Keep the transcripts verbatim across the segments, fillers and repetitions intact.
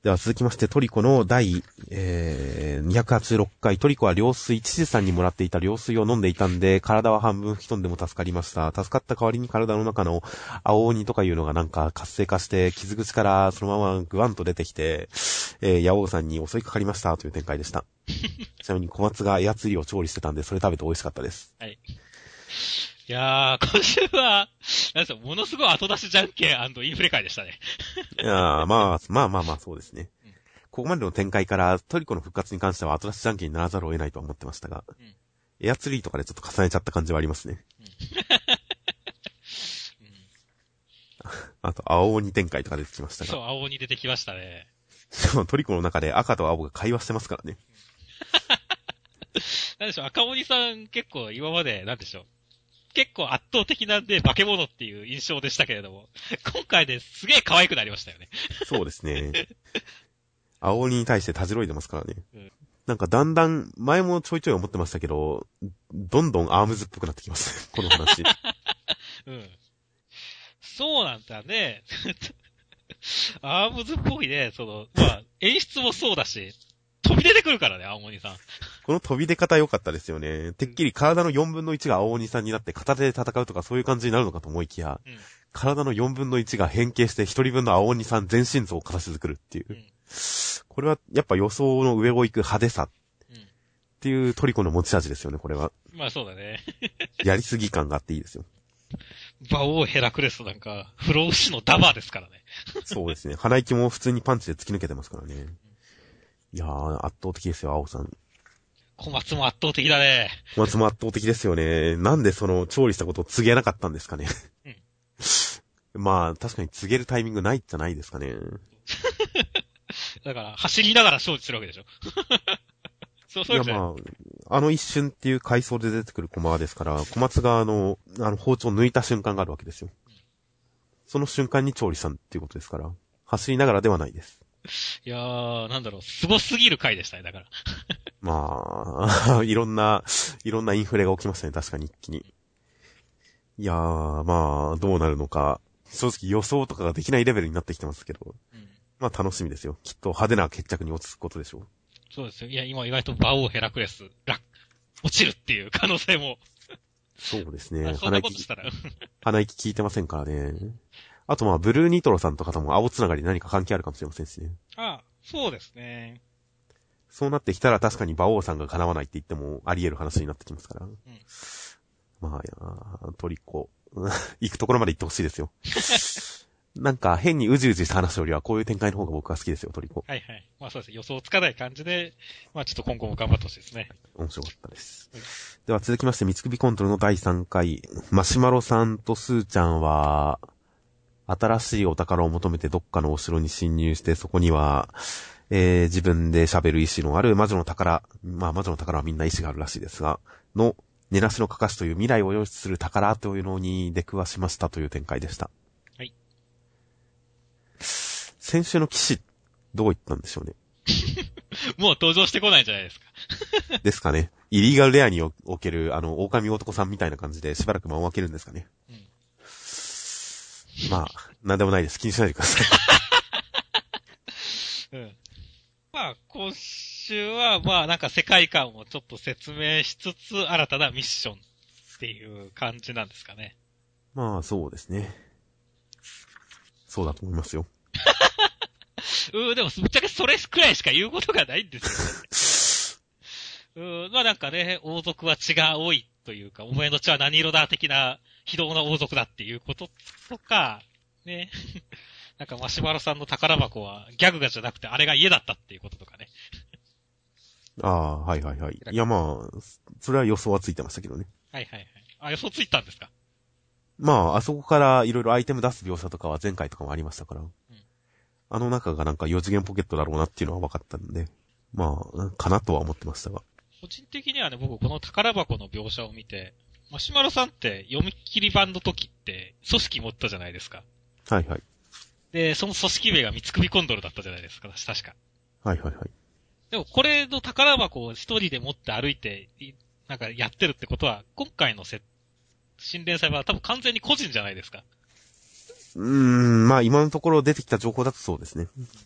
では続きましてトリコの第、えー、にひゃくはちじゅうろっかい、トリコは涼水、知事さんにもらっていた涼水を飲んでいたんで、体は半分吹き飛んでも助かりました。助かった代わりに体の中の青鬼とかいうのがなんか活性化して、傷口からそのままグワンと出てきて、えー、ヤオウさんに襲いかかりましたという展開でした。ちなみに小松がエアツリーを調理してたんで、それ食べて美味しかったです。 はい。いやー、今週は、なんですか、ものすごい後出しじゃんけん&インフレ会でしたね。 いやー、まあ、まあまあまあ、そうですね。うん、ここまでの展開からトリコの復活に関しては後出しじゃんけんにならざるを得ないとは思ってましたが、うん、エアツリーとかでちょっと重ねちゃった感じはありますね。うん、あと、青鬼展開とか出てきましたが。 そう、青鬼出てきましたね。 しかもトリコの中で赤と青が会話してますからね。 なんでしょう、赤鬼さん結構今まで、なんでしょう。結構圧倒的なんで化け物っていう印象でしたけれども、今回ですげえ可愛くなりましたよね。 そうですね。青鬼に対してたじろいでますからね。うん、なんかだんだん、前もちょいちょい思ってましたけど、どんどんアームズっぽくなってきますね、この話。 うん。そうなんだね。アームズっぽいね、その、まあ、演出もそうだし、飛び出てくるからね、青鬼さん。 この飛び出方良かったですよね。てっきり体のよんぶんのいちが青鬼さんになって片手で戦うとかそういう感じになるのかと思いきや、うん、体のよんぶんのいちが変形してひとりぶんの青鬼さん全身像を形作るっていう。うん、これはやっぱ予想の上を行く派手さっていうトリコの持ち味ですよね、これは。 まあそうだね。 やりすぎ感があっていいですよ。 馬王ヘラクレスなんか、不老不死のダバーですからね。 そうですね。鼻息も普通にパンチで突き抜けてますからね。うん、いやー、圧倒的ですよ、青さん。 小松も圧倒的だね。 小松も圧倒的ですよね。なんでその調理したことを告げなかったんですかね。うん、まあ、確かに告げるタイミングないじゃないですかね。 だから、走りながら勝利するわけでしょ。そうそうですね。いやまあ、あの一瞬っていう回想で出てくる駒ですから、小松があの、あの包丁を抜いた瞬間があるわけですよ。うん、その瞬間に調理したっていうことですから、走りながらではないです。 いやー、なんだろう、凄すぎる回でしたね、だから。 まあ、いろんな、いろんなインフレが起きましたね、確かに一気に。いやー、まあ、どうなるのか、正直予想とかができないレベルになってきてますけど、うん、まあ楽しみですよ。きっと派手な決着に落ち着くことでしょう。 そうですよ。いや、今意外と馬王ヘラクレス、落、落ちるっていう可能性も。 そうですね。 そんなことしたら。 鼻息聞いてませんからね。あとまあ、ブルーニトロさんとかとも青つながり何か関係あるかもしれませんしね。 ああ、そうですね。 そうなってきたら確かに馬王さんが叶わないって言ってもあり得る話になってきますから。うん、まあ、トリコ、行くところまで行ってほしいですよ。なんか変にうじうじした話よりはこういう展開の方が僕は好きですよ、トリコ。 はいはい。まあそうですね。予想つかない感じで、まあちょっと今後も頑張ってほしいですね。 面白かったです。はい、では続きまして、三つ首コントロのだいさんかい、マシュマロさんとスーちゃんは、新しいお宝を求めてどっかのお城に侵入して、そこには、えー、自分で喋る意志のある魔女の宝、まあ魔女の宝はみんな意志があるらしいですが、の、根なしのかかしという未来を予知する宝というのに出くわしましたという展開でした。 はい。 先週の騎士、どう言ったんでしょうね。 もう登場してこないんじゃないですか。 ですかね。イリーガルレアにおける、あの、狼男さんみたいな感じでしばらく間を空けるんですかね。うん、まあ、なんでもないです。気にしないでください。 うん。まあ、今週は、まあ、なんか世界観をちょっと説明しつつ、新たなミッションっていう感じなんですかね。 まあ、そうですね。そうだと思いますよ。 うん、でも、ぶっちゃけそれくらいしか言うことがないんですよ、ね。うん、まあなんかね、王族は血が多いというか、お前の血は何色だ的な、非道な王族だっていうこととか、ね。なんかマシュマロさんの宝箱はギャグがじゃなくてあれが家だったっていうこととかね。 ああ、はいはいはい。いやまあ、それは予想はついてましたけどね。 はいはいはい。あ、予想ついたんですか？ まあ、あそこからいろいろアイテム出す描写とかは前回とかもありましたから。うん、あの中がなんかよ次元ポケットだろうなっていうのは分かったんで、まあ、かなとは思ってましたが。 個人的にはね、僕この宝箱の描写を見て、マシュマロさんって読み切り版の時って組織持ったじゃないですか。 はいはい。 で、その組織名が三つ首コンドルだったじゃないですか、確か。 はいはいはい。 でもこれの宝箱を一人で持って歩いて、なんかやってるってことは、今回のせ新連載は多分完全に個人じゃないですか。 うーん、まあ今のところ出てきた情報だとそうですね。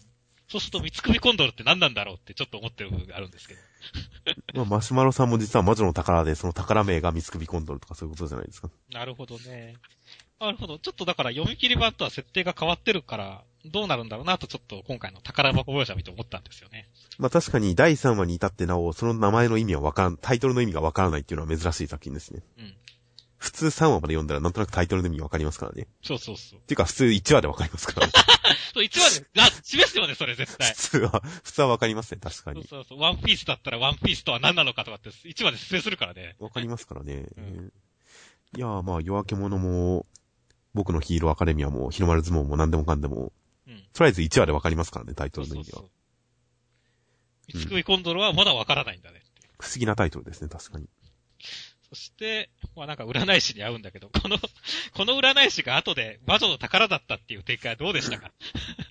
そうすると、三つ首コンドルって何なんだろうってちょっと思ってる部分があるんですけど。 まあ、マシュマロさんも実は魔女の宝で、その宝名が三つ首コンドルとかそういうことじゃないですか。 なるほどね。なるほど。ちょっとだから読み切り版とは設定が変わってるから、どうなるんだろうなとちょっと今回の宝箱描写見て思ったんですよね。 まあ確かにだいさんわに至ってなお、その名前の意味はわからん、タイトルの意味がわからないっていうのは珍しい作品ですね。 うん。 普通さんわまで読んだらなんとなくタイトルの意味わかりますからね。 そうそうそう。 っていうか普通いちわでわかりますからね。 そう、いちわで、あ、示すよね、それ絶対。 普通は、普通はわかりますね、確かに。 そうそうそう。ワンピースだったらワンピースとは何なのかとかっていちわで説明するからね。 わかりますからね。 うん、 いやーまあ夜明け者も、僕のヒーローアカデミアも、日の丸相撲も何でもかんでも、うん、とりあえずいちわでわかりますからね、タイトルの意味は。 三つ首コンドルはまだわからないんだねって、 不思議なタイトルですね、確かに。 そして、まあなんか占い師に会うんだけど、この、この占い師が後で魔女の宝だったっていう展開はどうでしたか？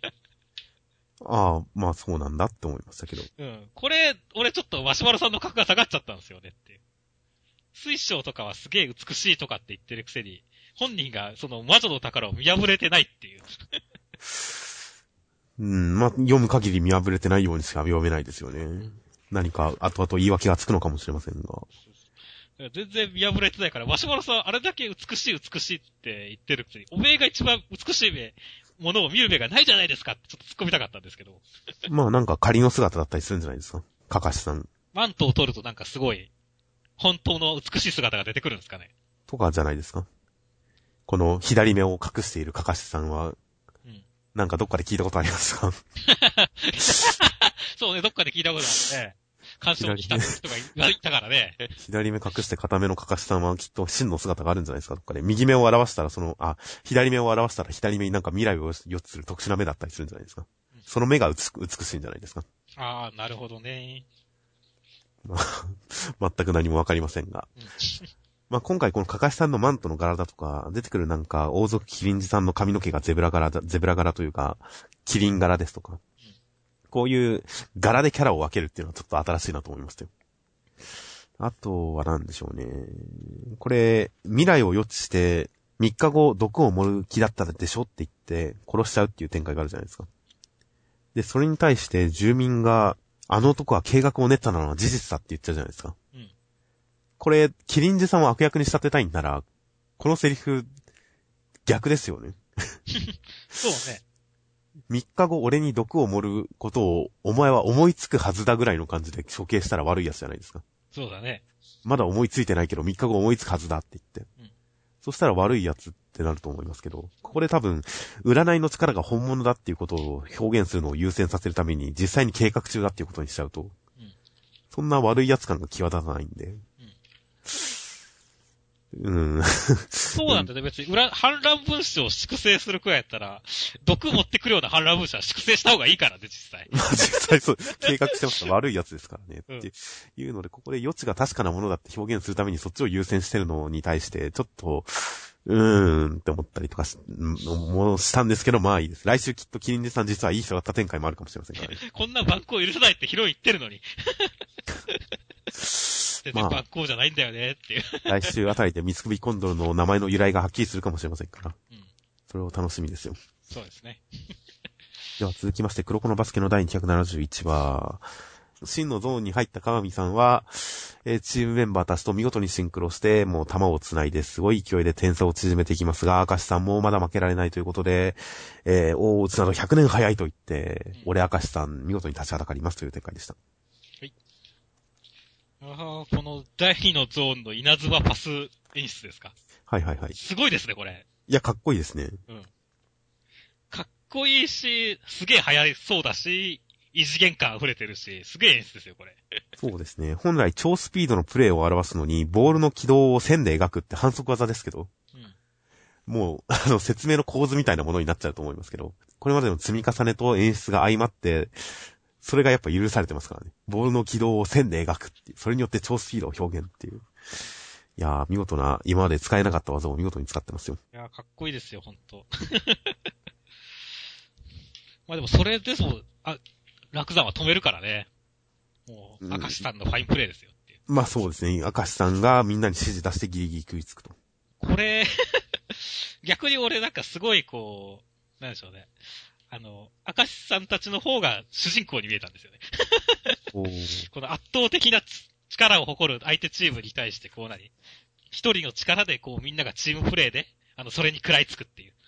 ああ、まあそうなんだって思いましたけど。 うん。これ、俺ちょっとマシュマロさんの格が下がっちゃったんですよねっていう。水晶とかはすげえ美しいとかって言ってるくせに、本人がその魔女の宝を見破れてないっていう。 うん、まあ読む限り見破れてないようにしか読めないですよね。何か後々言い訳がつくのかもしれませんが。 全然見破れてないから、マシュマロさんあれだけ美しい美しいって言ってるくせに、おめえが一番美しい目、ものを見る目がないじゃないですかってちょっと突っ込みたかったんですけど。 まあなんか仮の姿だったりするんじゃないですか。かかしさん。 マントを取るとなんかすごい、本当の美しい姿が出てくるんですかね。 とかじゃないですか。この左目を隠しているかかしさんは、うん、なんかどっかで聞いたことありますか？ そうね、どっかで聞いたことあるね。干渉に来た人が言ったからね。 左目隠して片目のかかしさんはきっと真の姿があるんじゃないですか、どっかで。右目を表したらその、あ、左目を表したら左目になんか未来を予知する特殊な目だったりするんじゃないですか。うん、その目が美しいんじゃないですか。 ああ、なるほどね。 まあ、全く何もわかりませんが。うん、まあ今回このかかしさんのマントの柄だとか、出てくるなんか王族キリンジさんの髪の毛がゼブラ柄だ、ゼブラ柄というか、キリン柄ですとか。こういう柄でキャラを分けるっていうのはちょっと新しいなと思いましたよ。あとは何でしょうね。これ、未来を予知して、みっかご毒を盛る気だったでしょって言って殺しちゃうっていう展開があるじゃないですか。で、それに対して住民が、あの男は計画を練ったのは事実だって言っちゃうじゃないですか。うん、これ、キリンジさんを悪役に仕立てたいんなら、このセリフ、逆ですよね。 そうね。 みっかご俺に毒を盛ることをお前は思いつくはずだぐらいの感じで処刑したら悪いやつじゃないですか。 そうだね。 まだ思いついてないけどみっかご思いつくはずだって言って。うん、そしたら悪いやつってなると思いますけど、ここで多分、占いの力が本物だっていうことを表現するのを優先させるために実際に計画中だっていうことにしちゃうと、うん、そんな悪いやつ感が際立たないんで。うん。うん、 そうなんだね。別に裏、反乱文書を粛清するくらいやったら、毒持ってくるような反乱文書は粛清した方がいいからね、実際。 まあ実際そう、計画してました。悪いやつですからね。うん、っていうので、ここで余地が確かなものだって表現するためにそっちを優先してるのに対して、ちょっと、うーんって思ったりとかし、もしたんですけど、まあいいです。来週きっとキリンジさん実はいい人だった展開もあるかもしれませんからね。 こんな蛮行許さないってヒロイン言ってるのに。全然蛮行じゃないんだよねっていう。 まあ、来週あたりで三つ首コンドルの名前の由来がはっきりするかもしれませんから。うん、それを楽しみですよ。 そうですね。 では続きまして、黒子のバスケのだいにひゃくななじゅういちわ。真のゾーンに入った鏡さんは、えー、チームメンバーたちと見事にシンクロして、もう球を繋いですごい勢いで点差を縮めていきますが、明石さんもまだ負けられないということで、えー、大内などひゃくねん早いと言って、うん、俺明石さん見事に立ちはだかりますという展開でした。 はい。ああ、このだいにのゾーンの稲妻パス演出ですか。 はいはいはい。 すごいですね、これ。 いや、かっこいいですね。 うん。かっこいいし、すげえ流行りそうだし、異次元感溢れてるし、すげえ演出ですよ、これ。 そうですね。本来超スピードのプレーを表すのに、ボールの軌道を線で描くって反則技ですけど、うん、もう、あの、説明の構図みたいなものになっちゃうと思いますけど、これまでの積み重ねと演出が相まって、それがやっぱ許されてますからね。ボールの軌道を線で描くっていう、それによって超スピードを表現っていう。いやー、見事な、今まで使えなかった技を見事に使ってますよ。 いやー、かっこいいですよ、ほんと。まあでもそれですも、あ、楽山は止めるからね。もう、明石さんのファインプレーですよっていう。 うん、まあそうですね。明石さんがみんなに指示出してギリギリ食いつくと。 これ、逆に俺なんかすごいこう、なんでしょうね。 あの、明石さんたちの方が主人公に見えたんですよね。 おーこの圧倒的な力を誇る相手チームに対して、こう何一人の力でこうみんながチームプレーで、あの、それに食らいつくっていう。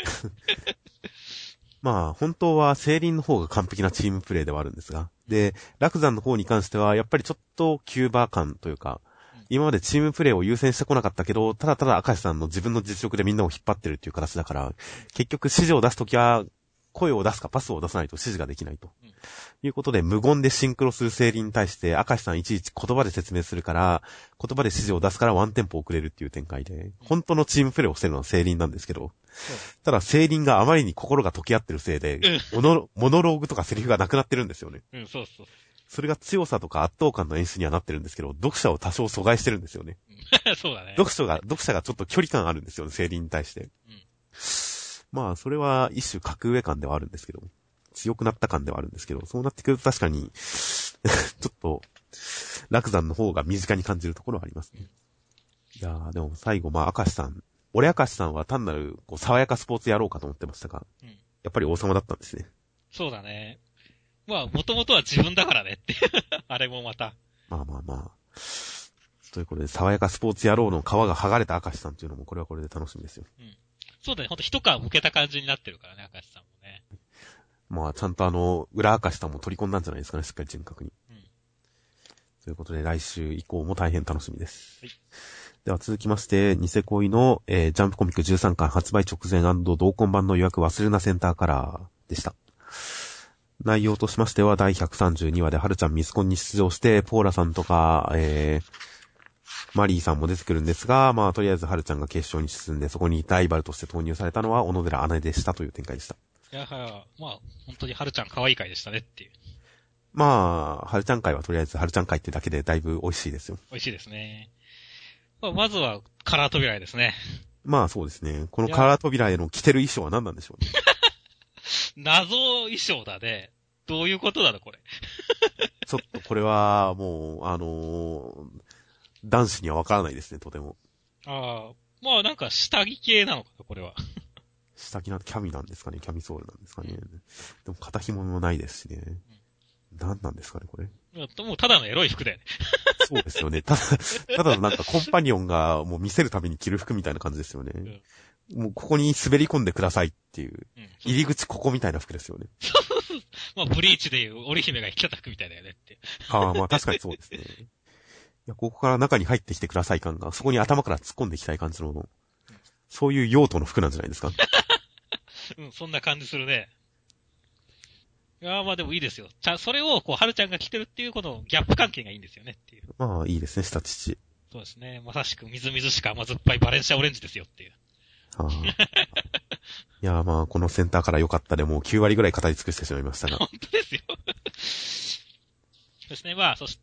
まあ、本当は聖輪の方が完璧なチームプレーではあるんですが。で、楽山の方に関しては、やっぱりちょっとキューバー感というか、うん、今までチームプレーを優先してこなかったけど、ただただ明石さんの自分の実力でみんなを引っ張ってるっていう形だから、結局指示を出すときは、声を出すかパスを出さないと指示ができないと。うん、いうことで、無言でシンクロする聖輪に対して、明石さんいちいち言葉で説明するから、言葉で指示を出すからワンテンポ遅れるっていう展開で、本当のチームプレーをしてるのは聖輪なんですけど、ただ聖輪があまりに心が溶け合ってるせいで、モノ、モノローグとかセリフがなくなってるんですよね。 うん、そうそう。 それが強さとか圧倒感の演出にはなってるんですけど、読者を多少阻害してるんですよね。 そうだね。 読者が、読者がちょっと距離感あるんですよね、聖輪に対して。うん、まあ、それは一種格上感ではあるんですけど、強くなった感ではあるんですけど、そうなってくると確かに、ちょっと、楽山の方が身近に感じるところはありますね。いやー、でも最後、まあ、明石さん、俺明石さんは単なる、こう、爽やかスポーツやろうかと思ってましたが、うん、やっぱり王様だったんですね。 そうだね。まあ、もともとは自分だからねって。あれもまた。 まあまあまあ。ということで、爽やかスポーツ野郎の皮が剥がれた明石さんっていうのも、これはこれで楽しみですよ。 うん。そうだね。ほんと一皮むけた感じになってるからね、明石さんもね。 まあ、ちゃんとあの、裏明石さんも取り込んだんじゃないですかね、しっかり人格に。うん。ということで、来週以降も大変楽しみです。はい。では続きまして、ニセ恋の、えー、ジャンプコミックじゅうさんかん発売直前&同梱版の予約忘れなセンターカラーでした。内容としましては、だいひゃくさんじゅうにわではるちゃんミスコンに出場して、ポーラさんとか、えー、マリーさんも出てくるんですが、まあ、とりあえずはるちゃんが決勝に進んで、そこにライバルとして投入されたのは、小野寺姉でしたという展開でした。 いやはや、まあ、本当にはるちゃん可愛い回でしたねっていう。 まあ、はるちゃん回はとりあえずはるちゃん回ってだけでだいぶ美味しいですよ。 美味しいですね。まあ、まずは、カラー扉ですね。 まあそうですね。このカラー扉への着てる衣装は何なんでしょうね。 謎衣装だね。どういうことなのこれ。 ちょっとこれは、もう、あのー、男子にはわからないですね、とても。あああ、まあなんか下着系なのかな、これは。 下着な、キャミなんですかね、キャミソールなんですかね。うん、でも肩紐もないですしね。うん、何なんですかね、これ。 もうただのエロい服だよね。 そうですよね。ただ、ただのなんかコンパニオンがもう見せるために着る服みたいな感じですよね。うん、もうここに滑り込んでくださいっていう、うん、入り口ここみたいな服ですよね。 まあブリーチでいう織姫が着た服みたいだよねって。 ああ、まあ確かにそうですね。いや、ここから中に入ってきてください感が、そこに頭から突っ込んでいきたい感じの、うん、そういう用途の服なんじゃないですか。 うん、そんな感じするね。いやまあでもいいですよ。ちゃそれを、こう、はるちゃんが着てるっていう、このギャップ関係がいいんですよねっていう。 まあいいですね、下乳。 そうですね。まさしくみずみずしく甘酸っぱいバレンシアオレンジですよっていう。はあ、 いやまあ、このセンターから良かったでもうきゅうわりぐらい語り尽くしてしまいましたが。 本当ですよ。そうですね。まあ、そして、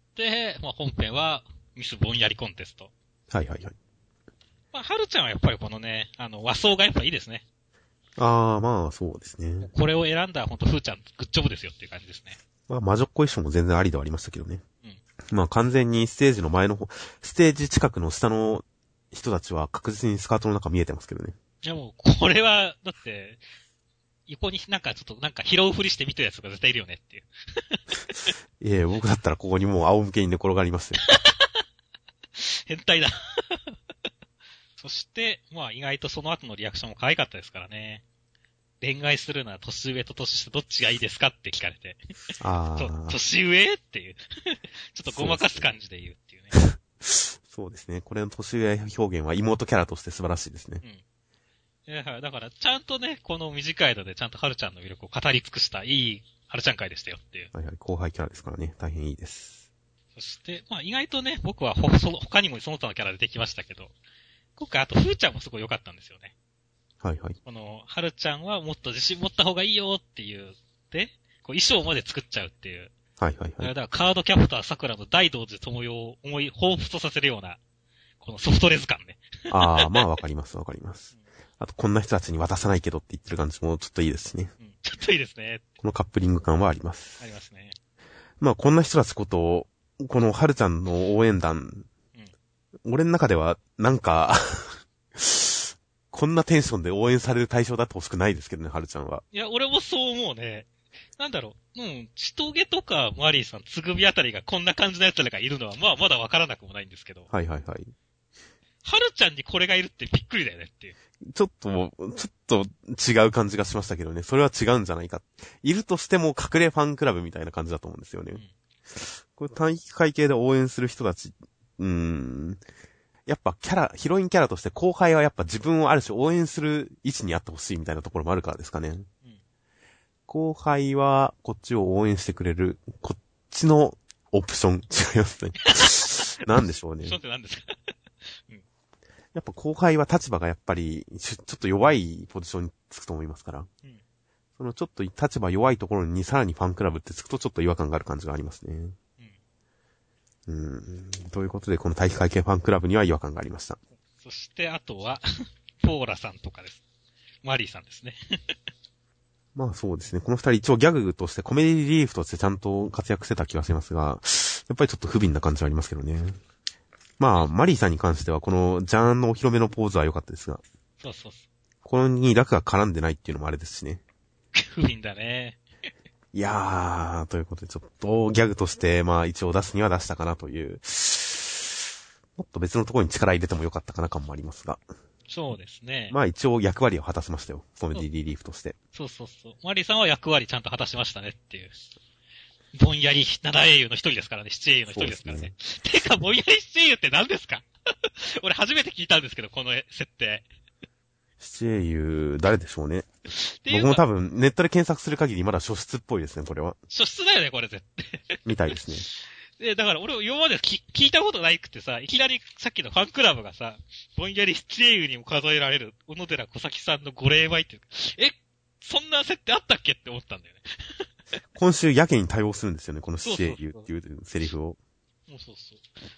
まあ本編は、ミスぼんやりコンテスト。 はいはいはい。 まあ、はるちゃんはやっぱりこのね、あの、和装がやっぱいいですね。 ああ、まあ、そうですね。 これを選んだらほんとふーちゃん、グッジョブですよっていう感じですね。 まあ、魔女っ子衣装も全然ありではありましたけどね。うん。まあ、完全にステージの前の方、ステージ近くの下の人たちは確実にスカートの中見えてますけどね。 いやもう、これは、だって、横になんかちょっとなんか拾うふりして見てるやつが絶対いるよねっていう。 いえ、僕だったらここにもう仰向けに寝転がりますよ。 変態だ。そして、まあ意外とその後のリアクションも可愛かったですからね。恋愛するなら年上と年下どっちがいいですかって聞かれて。ああ。年上っていう。ちょっとごまかす感じで言うっていうね。 そうですね。これの年上表現は妹キャラとして素晴らしいですね。 うん。いや、だから、ちゃんとね、この短い間でちゃんとはるちゃんの魅力を語り尽くしたいいはるちゃん会でしたよっていう。 はいはい。後輩キャラですからね。大変いいです。 そして、まあ意外とね、僕はほ、その、他にもその他のキャラ出てきましたけど、今回あとふーちゃんもすごい良かったんですよね。 はいはい。 この、はるちゃんはもっと自信持った方がいいよっていう、で、こう衣装まで作っちゃうっていう。 はいはいはい。 だからカードキャプター桜の大道寺智代を思い、彷彿とさせるような、このソフトレズ感ね。 ああ、まあわかりますわかります。あと、こんな人たちに渡さないけどって言ってる感じもちょっといいですね。 うん、ちょっといいですね。 このカップリング感はあります。 ありますね。 まあ、こんな人たちこと、このはるちゃんの応援団、うん、俺の中では、なんか、 こんなテンションで応援される対象だってほしくないですけどね、はるちゃんは。 いや、俺もそう思うね。なんだろう。うん。ちとげとかマリーさん、つぐみあたりがこんな感じの奴らがいるのは、まあまだわからなくもないんですけど。 はいはいはい。 はるちゃんにこれがいるってびっくりだよねっていう。 ちょっと、ちょっと違う感じがしましたけどね。それは違うんじゃないか。いるとしても隠れファンクラブみたいな感じだと思うんですよね。うん、これ短期会系で応援する人たち、うーん。やっぱキャラ、ヒロインキャラとして後輩はやっぱ自分をある種応援する位置にあってほしいみたいなところもあるからですかね。うん、後輩はこっちを応援してくれる、こっちのオプション、違いますね。なんでしょうね。 オプションって何ですかやっぱ後輩は立場がやっぱりちょっと弱いポジションにつくと思いますから、うん、そのちょっと立場弱いところにさらにファンクラブってつくとちょっと違和感がある感じがありますね。うん。うん。ということでこの体育会系ファンクラブには違和感がありました。 そしてあとはポーラさんとかです。マリーさんですね。 まあそうですね。この二人一応ギャグとしてコメディリリーフとしてちゃんと活躍してた気がしますが、やっぱりちょっと不憫な感じはありますけどね。まあ、マリーさんに関しては、この、ジャーンのお披露目のポーズは良かったですが。 そうそうそう。 このに楽が絡んでないっていうのもあれですしね。 不憫だね。 いやー、ということで、ちょっと、ギャグとして、まあ、一応出すには出したかなという。もっと別のところに力入れてもよかったかな感もありますが。 そうですね。 まあ、一応役割を果たしましたよ。コメディリリーフとして。 そうそうそう。マリーさんは役割ちゃんと果たしましたねっていう。ぼんやり七英雄の一人ですからね。七英雄の一人ですからね。てか、ぼんやり七英雄って何ですか俺初めて聞いたんですけど、この設定。 七英雄、誰でしょうね。僕も多分、ネットで検索する限りまだ初出っぽいですね、これは。 初出だよね、これ絶対。 みたいですね。 で、だから俺、今まで聞いたことないくてさ、いきなりさっきのファンクラブがさ、ぼんやり七英雄にも数えられる、小野寺小崎さんのご霊媒っていう、え、そんな設定あったっけって思ったんだよね。 今週やけに対応するんですよね、この七英雄っていうセリフを。 そうそうそう。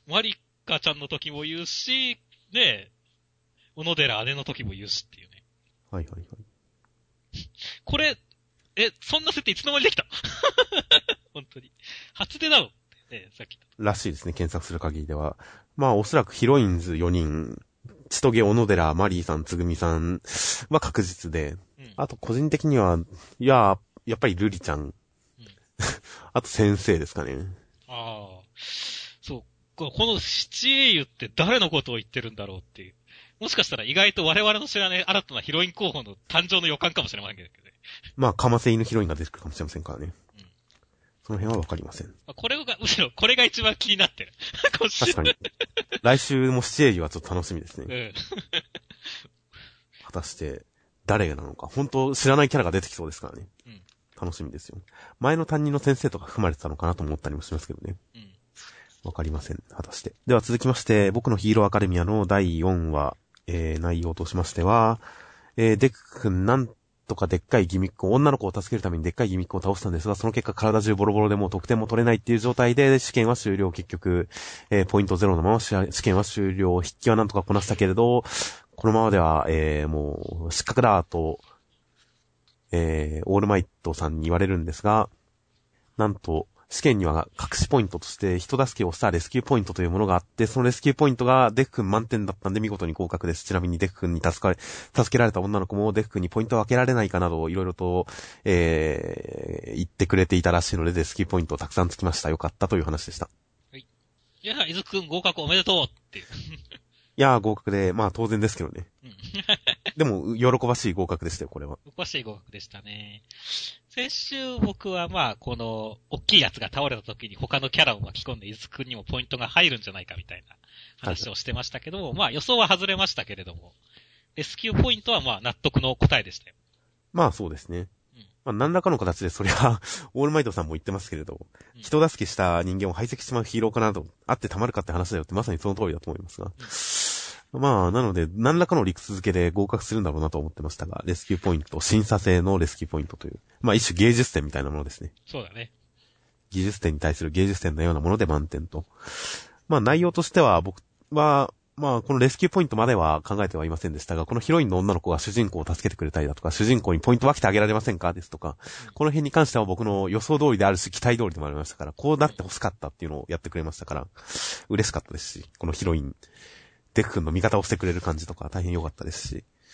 マリカちゃんの時も言うし、ね、小野寺姉の時も言うしっていうね。 はいはいはい。 これ、え、そんな設定いつの間にできた本当に。初出なのってね、さっき。 らしいですね、検索する限りでは。まあおそらくヒロインズよにん、千棘小野寺、マリーさん、つぐみさんは確実で、うん、あと個人的には、いや、やっぱりルリちゃん、うん、あと先生ですかね。 ああ、そう。この七英雄って誰のことを言ってるんだろうっていう。もしかしたら意外と我々の知らない新たなヒロイン候補の誕生の予感かもしれませんけどね。 まあ、かませ犬ヒロインが出てくるかもしれませんからね。うん、その辺はわかりません。 これが、むしろこれが一番気になってる。 確かに。来週も七英雄はちょっと楽しみですね。うん、果たして、誰なのか。本当知らないキャラが出てきそうですからね。うん、楽しみですよ。前の担任の先生とか含まれてたのかなと思ったりもしますけどね。うん、わかりません。果たして。では続きまして、僕のヒーローアカデミアのだいよんわ、えー、内容としましては、えー、デク君なんとかでっかいギミックを、女の子を助けるためにでっかいギミックを倒したんですが、その結果体中ボロボロでもう得点も取れないっていう状態で、試験は終了。結局、えー、ポイントゼロのまま試験は終了。筆記はなんとかこなしたけれど、このままでは、えー、もう、失格だと、えー、オールマイトさんに言われるんですが、なんと、試験には隠しポイントとして人助けをしたレスキューポイントというものがあって、そのレスキューポイントがデク君満点だったんで見事に合格です。ちなみにデク君に助かれ、助けられた女の子もデク君にポイントを分けられないかなど、いろいろと、えー、言ってくれていたらしいので、レスキューポイントをたくさんつきました。よかったという話でした。 はい。いや、伊豆君合格おめでとうっていう。 いやー合格で、まあ当然ですけどね。うん、でも、喜ばしい合格でしたよ、これは。 喜ばしい合格でしたね。先週僕はまあ、この、大きいやつが倒れた時に他のキャラを巻き込んで、伊豆くんにもポイントが入るんじゃないかみたいな話をしてましたけども、はい、まあ予想は外れましたけれども、レスキューポイントはまあ納得の答えでしたよ。 まあそうですね。うん、まあ何らかの形でそりゃ、オールマイトさんも言ってますけれど、うん、人助けした人間を排斥してしまうヒーローかなと、あってたまるかって話だよってまさにその通りだと思いますが。うん、まあ、なので、何らかの理屈付けで合格するんだろうなと思ってましたが、レスキューポイント、審査制のレスキューポイントという、まあ一種芸術点みたいなものですね。 そうだね。 技術点に対する芸術点のようなもので満点と。まあ内容としては、僕は、まあこのレスキューポイントまでは考えてはいませんでしたが、このヒロインの女の子が主人公を助けてくれたりだとか、主人公にポイント分けてあげられませんかですとか、うん、この辺に関しては僕の予想通りであるし、期待通りでもありましたから、こうなって欲しかったっていうのをやってくれましたから、嬉しかったですし、このヒロイン、デク君の味方をしてくれる感じとか大変良かったですし、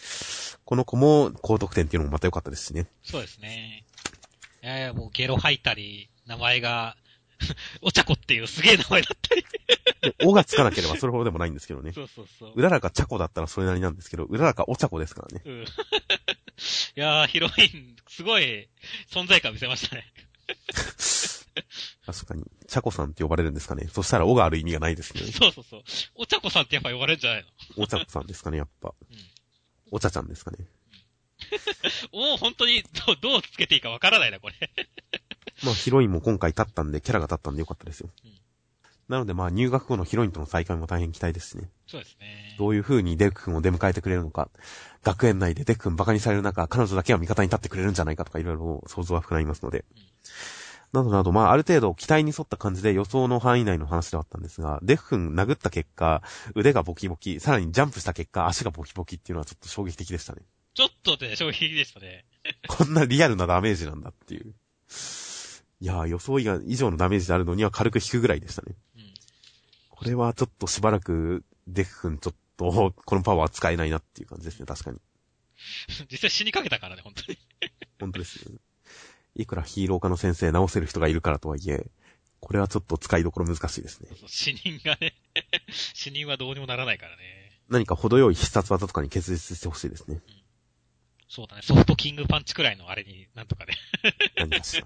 この子も高得点っていうのもまた良かったですしね。 そうですね。いやいや、もうゲロ吐いたり、名前が、お茶子っていうすげえ名前だったり。 おがつかなければそれほどでもないんですけどね。 そうそうそう。 うららか茶子だったらそれなりなんですけど、うららかお茶子ですからね。 うん。いやー、ヒロイン、すごい存在感見せましたね。 確かに。茶子さんって呼ばれるんですかね。そしたらおがある意味がないですね。 そうそうそう。お茶子さんってやっぱ呼ばれるんじゃないの？ お茶子さんですかね、やっぱ。 うん。 お茶ちゃんですかね。 もう本当にどう、どうつけていいかわからないな、これ。 まあヒロインも今回立ったんで、キャラが立ったんでよかったですよ。うん、なのでまあ入学後のヒロインとの再会も大変期待ですしね。 そうですね。どういう風にデク君を出迎えてくれるのか、学園内でデク君バカにされる中、彼女だけは味方に立ってくれるんじゃないかとかいろいろ想像は膨らみますので。うん、などなど、まあある程度期待に沿った感じで予想の範囲内の話ではあったんですが、デク君殴った結果、腕がボキボキ、さらにジャンプした結果、足がボキボキっていうのはちょっと衝撃的でしたね。 ちょっとね、衝撃的でしたね。 こんなリアルなダメージなんだっていう。いやー、予想以上のダメージであるのには軽く引くぐらいでしたね。うん、これはちょっとしばらく、デク君ちょっと、このパワー使えないなっていう感じですね、確かに。 実際死にかけたからね、本当に。 本当ですね。いくらヒーロー科の先生直せる人がいるからとはいえ、これはちょっと使いどころ難しいですね。 そうそう、死人がね、死人はどうにもならないからね。 何か程よい必殺技とかに結実してほしいですね。うん、 そうだね、ソフトキングパンチくらいのあれになんとかね。 何かしら。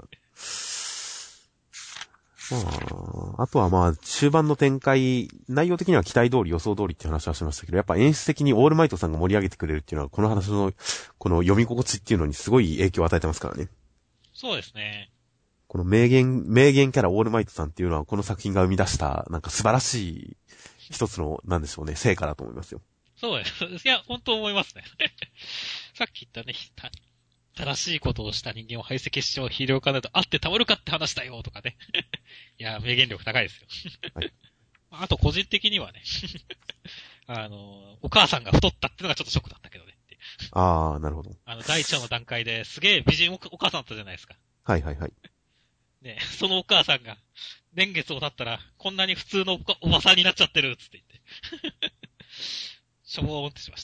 まあ、あとはまあ、終盤の展開、内容的には期待通り予想通りっていう話はしましたけど、やっぱ演出的にオールマイトさんが盛り上げてくれるっていうのは、この話の、この読み心地っていうのにすごい影響を与えてますからね。 そうですね。 この名言、名言キャラオールマイトさんっていうのは、この作品が生み出した、なんか素晴らしい、一つの、なんでしょうね、成果だと思いますよ。 そうです。いや、本当思いますね。さっき言ったね、正しいことをした人間を排斥しよう、ヒーロー化などあってたまるかって話だよ、とかね。いや、名言力高いですよ。はい、あと、個人的にはね、あの、お母さんが太ったってのがちょっとショックだったけどね。 ああ、なるほど。 あの、第一話の段階ですげえ美人お母さんだったじゃないですか。 はいはいはい。 ね、そのお母さんが、年月を経ったら、こんなに普通の お, おばさんになっちゃってる、つって言って。しょぼーんってしました。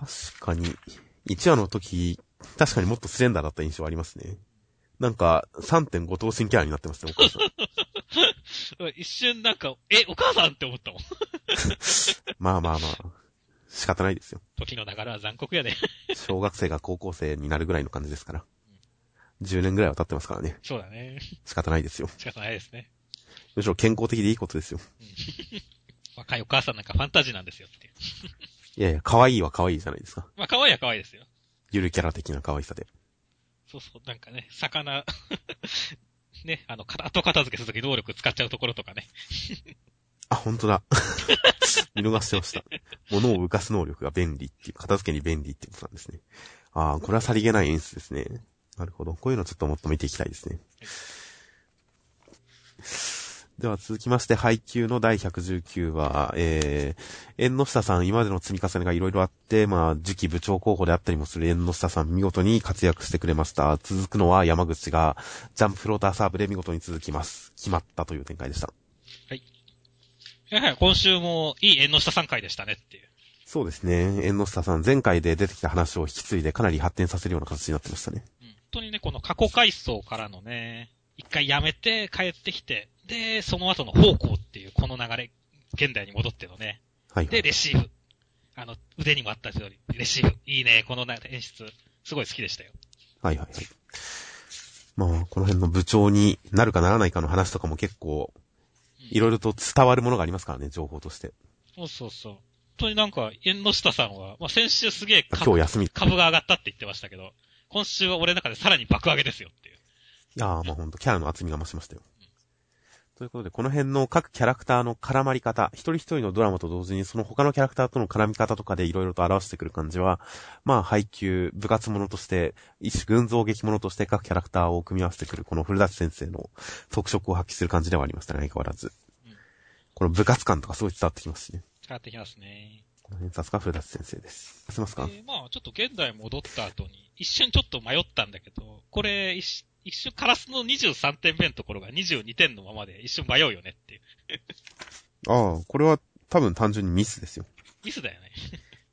確かに、いちわの時、確かにもっとスレンダーだった印象ありますね。なんか、さんてんご 等身キャラになってますね、お母さん。 一瞬なんか、え、お母さんって思ったもん。 まあまあまあ。仕方ないですよ。 時の流れは残酷やね。 小学生が高校生になるぐらいの感じですから。うん、じゅうねんぐらいは経ってますからね。 そうだね。 仕方ないですよ。 仕方ないですね。 むしろ健康的でいいことですよ。 うん、若いお母さんなんかファンタジーなんですよっていう。 いやいや、可愛いは可愛いじゃないですか。 まあ可愛いは可愛いですよ。 ゆるキャラ的な可愛さで。 そうそう、なんかね、魚、ね、あの、後片付けするとき能力使っちゃうところとかね。 あ、ほんとだ。見逃してました。物を浮かす能力が便利っていう、片付けに便利っていうことなんですね。ああ、これはさりげない演出ですね。なるほど。こういうのちょっともっと見ていきたいですね。では続きまして、配給のだいひゃくじゅうきゅうわ、えー、縁の下さん、今までの積み重ねがいろいろあって、まあ、次期部長候補であったりもする縁の下さん、見事に活躍してくれました。続くのは山口が、ジャンプフローターサーブで見事に続きます。決まったという展開でした。 はい。やはり今週もいい縁の下さん回でしたねっていう。 そうですね。縁の下さん、前回で出てきた話を引き継いでかなり発展させるような形になってましたね。 うん、本当にね、この過去回想からのね、一回やめて帰ってきて、で、その後の方向っていうこの流れ、現代に戻ってのね。はい、はい。で、レシーブ。あの、腕にもあった通り、レシーブ。いいね、この演出。すごい好きでしたよ。 はいはいはい。まあ、この辺の部長になるかならないかの話とかも結構、いろいろと伝わるものがありますからね、情報として。 そうそうそう。本当になんか、縁の下さんは、まあ、先週すげえ今日休み株が上がったって言ってましたけど、今週は俺の中でさらに爆上げですよっていう。 いやー、まあほんと、キャラの厚みが増しましたよ。うん、ということで、この辺の各キャラクターの絡まり方、一人一人のドラマと同時にその他のキャラクターとの絡み方とかでいろいろと表してくる感じは、まあ配給、部活者として、一種群像劇者として各キャラクターを組み合わせてくるこの古舘先生の特色を発揮する感じではありましたね、相変わらず。うん、この部活感とかすごい伝わってきますしね。 伝わってきますね。 この辺さすが古舘先生です。出せますか？ えー、まあちょっと現代戻った後に、一瞬ちょっと迷ったんだけど、これ一一瞬カラスのにじゅうさんてんめのところがにじゅうにてんのままで一瞬迷うよねっていう。 ああ、これは多分単純にミスですよ。 ミスだよね。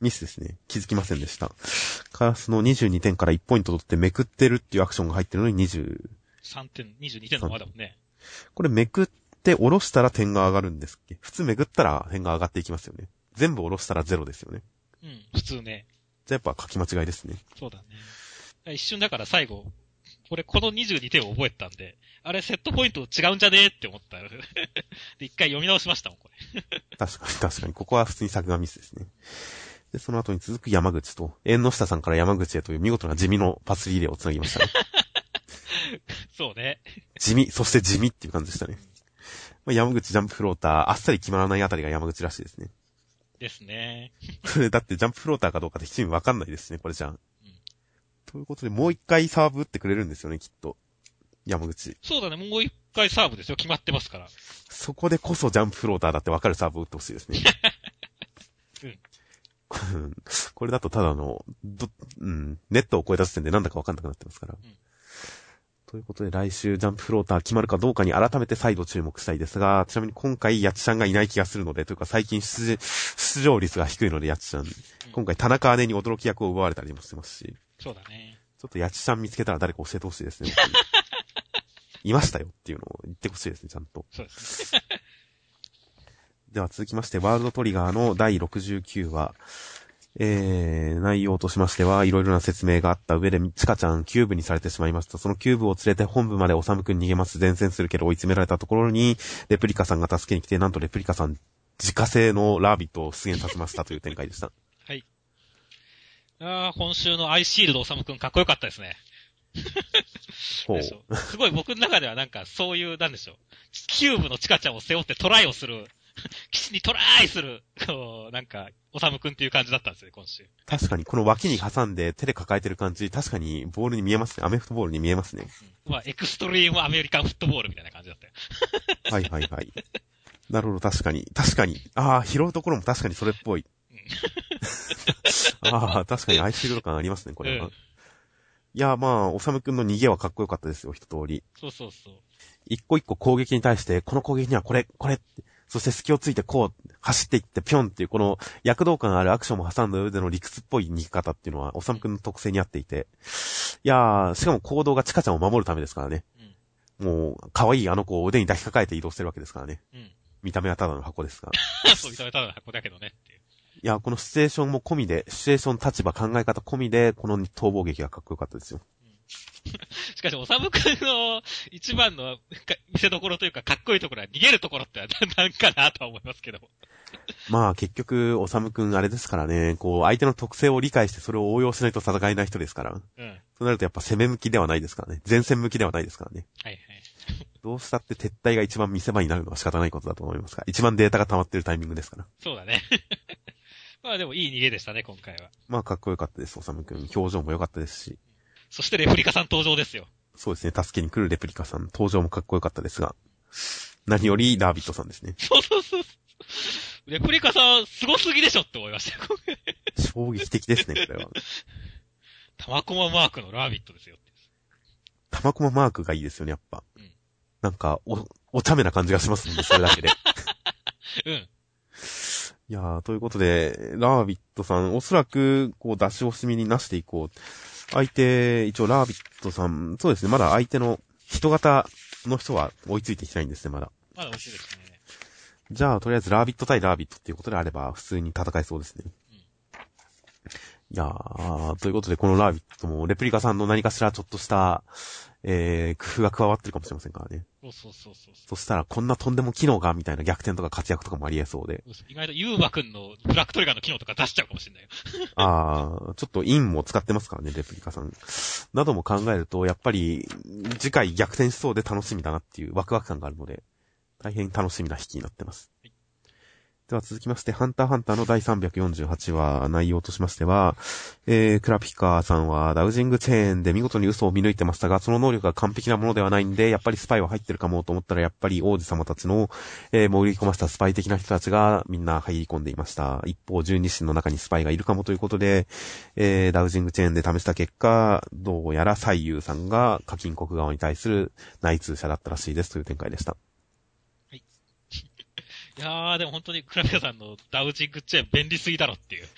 ミスですね。気づきませんでした。カラスのにじゅうにてんからいちポイント取ってめくってるっていうアクションが入ってるのににじゅうさんてん、にじゅうにてんのままだもんね。 これめくって下ろしたら点が上がるんですっけ？普通めくったら点が上がっていきますよね。全部下ろしたらゼロですよね。 うん、普通ね。 じゃあやっぱ書き間違いですね。 そうだね。一瞬だから最後、これこのにじゅうにてんを覚えたんで、あれセットポイント違うんじゃねえって思った。で、一回読み直しましたもん、これ。 確かに確かに。ここは普通に作画ミスですね。で、その後に続く山口と、縁の下さんから山口へという見事な地味のパスリレーをつなぎましたね。 そうね。 地味、そして地味っていう感じでしたね。まあ、山口ジャンプフローター、あっさり決まらないあたりが山口らしいですね。 ですね。 だってジャンプフローターかどうかって一瞬わかんないですね、これじゃん。 うん、 ということで、もう一回サーブ打ってくれるんですよね、きっと。山口。 そうだね、もう一回サーブですよ。決まってますから。 そこでこそジャンプフローターだってわかるサーブを打ってほしいですね。 うん。 これだとただの、ど、うん、ネットを超えた時点でなんだかわかんなくなってますから。うん、ということで来週ジャンプフローター決まるかどうかに改めて再度注目したいですが、ちなみに今回ヤチちゃんがいない気がするので、というか最近出、出場率が低いのでヤチちゃん、うん、今回田中姉に驚き役を奪われたりもしてますし。 そうだね。 ちょっとヤチちゃん見つけたら誰か教えてほしいですね。いましたよっていうのを言ってほしいですね、ちゃんと。 そうですね。 では続きまして、ワールドトリガーのだいろくじゅうきゅうわ。えー、内容としましては、いろいろな説明があった上で、チカちゃんキューブにされてしまいました。そのキューブを連れて本部までオサムくん逃げます。前線するけど追い詰められたところに、レプリカさんが助けに来て、なんとレプリカさん自家製のラービットを出現させましたという展開でした。 はい。あー、今週のアイシールドオサムくんかっこよかったですね。 ほう。 すごい僕の中ではなんかそういう、なんでしょう。キューブのチカちゃんを背負ってトライをする。岸にトライする、こう、なんか、おさむくんっていう感じだったんですよ、今週。 確かに、この脇に挟んで手で抱えてる感じ、確かにボールに見えますね。アメフトボールに見えますね。 うん、まあ、エクストリームアメリカンフットボールみたいな感じだったよ。 はいはいはい。なるほど、確かに。確かに。ああ、拾うところも確かにそれっぽい。うん、ああ、確かにアイシールド感ありますね、これは。うん、いや、まあ、おさむくんの逃げはかっこよかったですよ、一通り。 そうそうそう。 一個一個攻撃に対して、この攻撃にはこれ、これって、そして隙をついてこう、走っていってぴょんっていうこの躍動感あるアクションも挟んだ上での理屈っぽい逃げ方っていうのは、おさむくんの特性に合っていて。いやー、しかも行動がチカちゃんを守るためですからね。うん、もう、可愛いあの子を腕に抱きかかえて移動してるわけですからね。うん、見た目はただの箱ですが。 そう、見た目はただの箱だけどねっていう。 いや、このシチュエーションも込みで、シチュエーション、立場、考え方込みで、この逃亡劇がかっこよかったですよ。 しかし、おさむくんの一番の見せ所というか、かっこいいところは逃げるところってなんかなとは思いますけど。 まあ結局、おさむくんあれですからね、こう、相手の特性を理解してそれを応用しないと戦えない人ですから。うん。となるとやっぱ攻め向きではないですからね。前線向きではないですからね。はいはい。どうしたって撤退が一番見せ場になるのは仕方ないことだと思いますが、一番データが溜まってるタイミングですから。 そうだね。まあでもいい逃げでしたね、今回は。 まあかっこよかったです、おさむくん。表情も良かったですし。 そしてレプリカさん登場ですよ。 そうですね、助けに来るレプリカさん、登場もかっこよかったですが、何よりラービットさんですね。 そうそうそう。レプリカさん、凄すぎでしょって思いましたよ。 衝撃的ですね、これは。 玉駒マークのラービットですよ。 玉駒マークがいいですよね、やっぱ。うん、なんか、お、お茶目な感じがしますもんね、それだけで。うん。いやー、ということで、ラービットさん、おそらく、こう、出し惜しみになしていこう。相手、一応ラービットさん、そうですね、まだ相手の人型の人は追いついてきてないんですね、まだ。 まだ追いついてきてないね。 じゃあ、とりあえずラービット対ラービットっていうことであれば、普通に戦えそうですね。うん、いやー、ということで、このラービットも、レプリカさんの何かしらちょっとした、えー、工夫が加わってるかもしれませんからね。 そうそうそうそう。 そしたら、こんなとんでも機能が、みたいな逆転とか活躍とかもあり得そうで。 意外とユーマくんのブラックトリガーの機能とか出しちゃうかもしれないよ。 あー、ちょっとインも使ってますからね、レプリカさん。なども考えると、やっぱり、次回逆転しそうで楽しみだなっていうワクワク感があるので、大変楽しみな引きになってます。はい、では続きまして、ハンターハンターのだいさんびゃくよんじゅうはちわ、内容としましては、えー、クラピカさんはダウジングチェーンで見事に嘘を見抜いてましたが、その能力が完璧なものではないんで、やっぱりスパイは入ってるかもと思ったら、やっぱり王子様たちの、えー、潜り込ませたスパイ的な人たちがみんな入り込んでいました。一方、十二神の中にスパイがいるかもということで、えー、ダウジングチェーンで試した結果、どうやら西遊さんが課金国側に対する内通者だったらしいですという展開でした。 いやー、でも本当にクラピカさんのダウジングチェーン便利すぎだろっていう。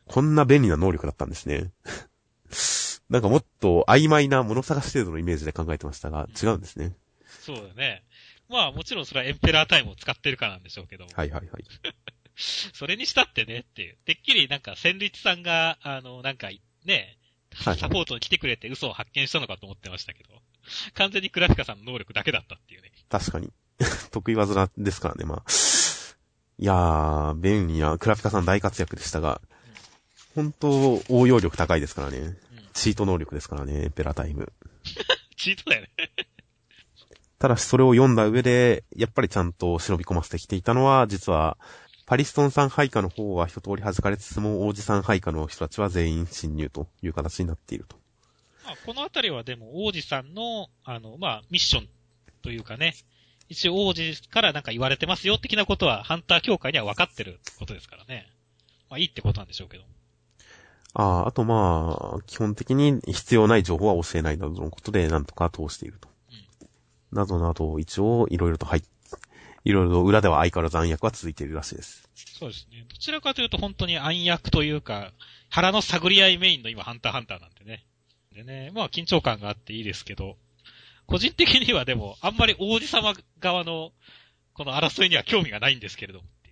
こんな便利な能力だったんですね。なんかもっと曖昧な物探し程度のイメージで考えてましたが、違うんですね。 そうだね。まあもちろんそれはエンペラータイムを使ってるからなんでしょうけど。 はいはいはい。 それにしたってねっていう。てっきりなんか戦律さんが、あの、なんかね、サポートに来てくれて嘘を発見したのかと思ってましたけど、完全にクラピカさんの能力だけだったっていうね。 確かに。得意技ですからね、まあ。いやー、便利な、クラピカさん大活躍でしたが、うん、本当応用力高いですからね、うん。チート能力ですからね、エンペラータイム。 チートだよね。 ただしそれを読んだ上で、やっぱりちゃんと忍び込ませてきていたのは、実は、パリストンさん配下の方は一通り弾かれつつも、王子さん配下の人たちは全員侵入という形になっていると。 まあ、このあたりはでも王子さんの、あの、まあ、ミッションというかね、一応王子からなんか言われてますよ的なことは、ハンター協会には分かってることですからね。まあ、いいってことなんでしょうけど。 ああ、あとまあ、基本的に必要ない情報は教えないなどのことで、なんとか通していると。うん、などなど、一応、いろいろと入って、いろいろと裏では相変わらず暗躍は続いているらしいです。 そうですね。どちらかというと本当に暗躍というか、腹の探り合いメインの今ハンターハンターなんでね。でね、まあ緊張感があっていいですけど、個人的にはでもあんまり王子様側のこの争いには興味がないんですけれどもっていう。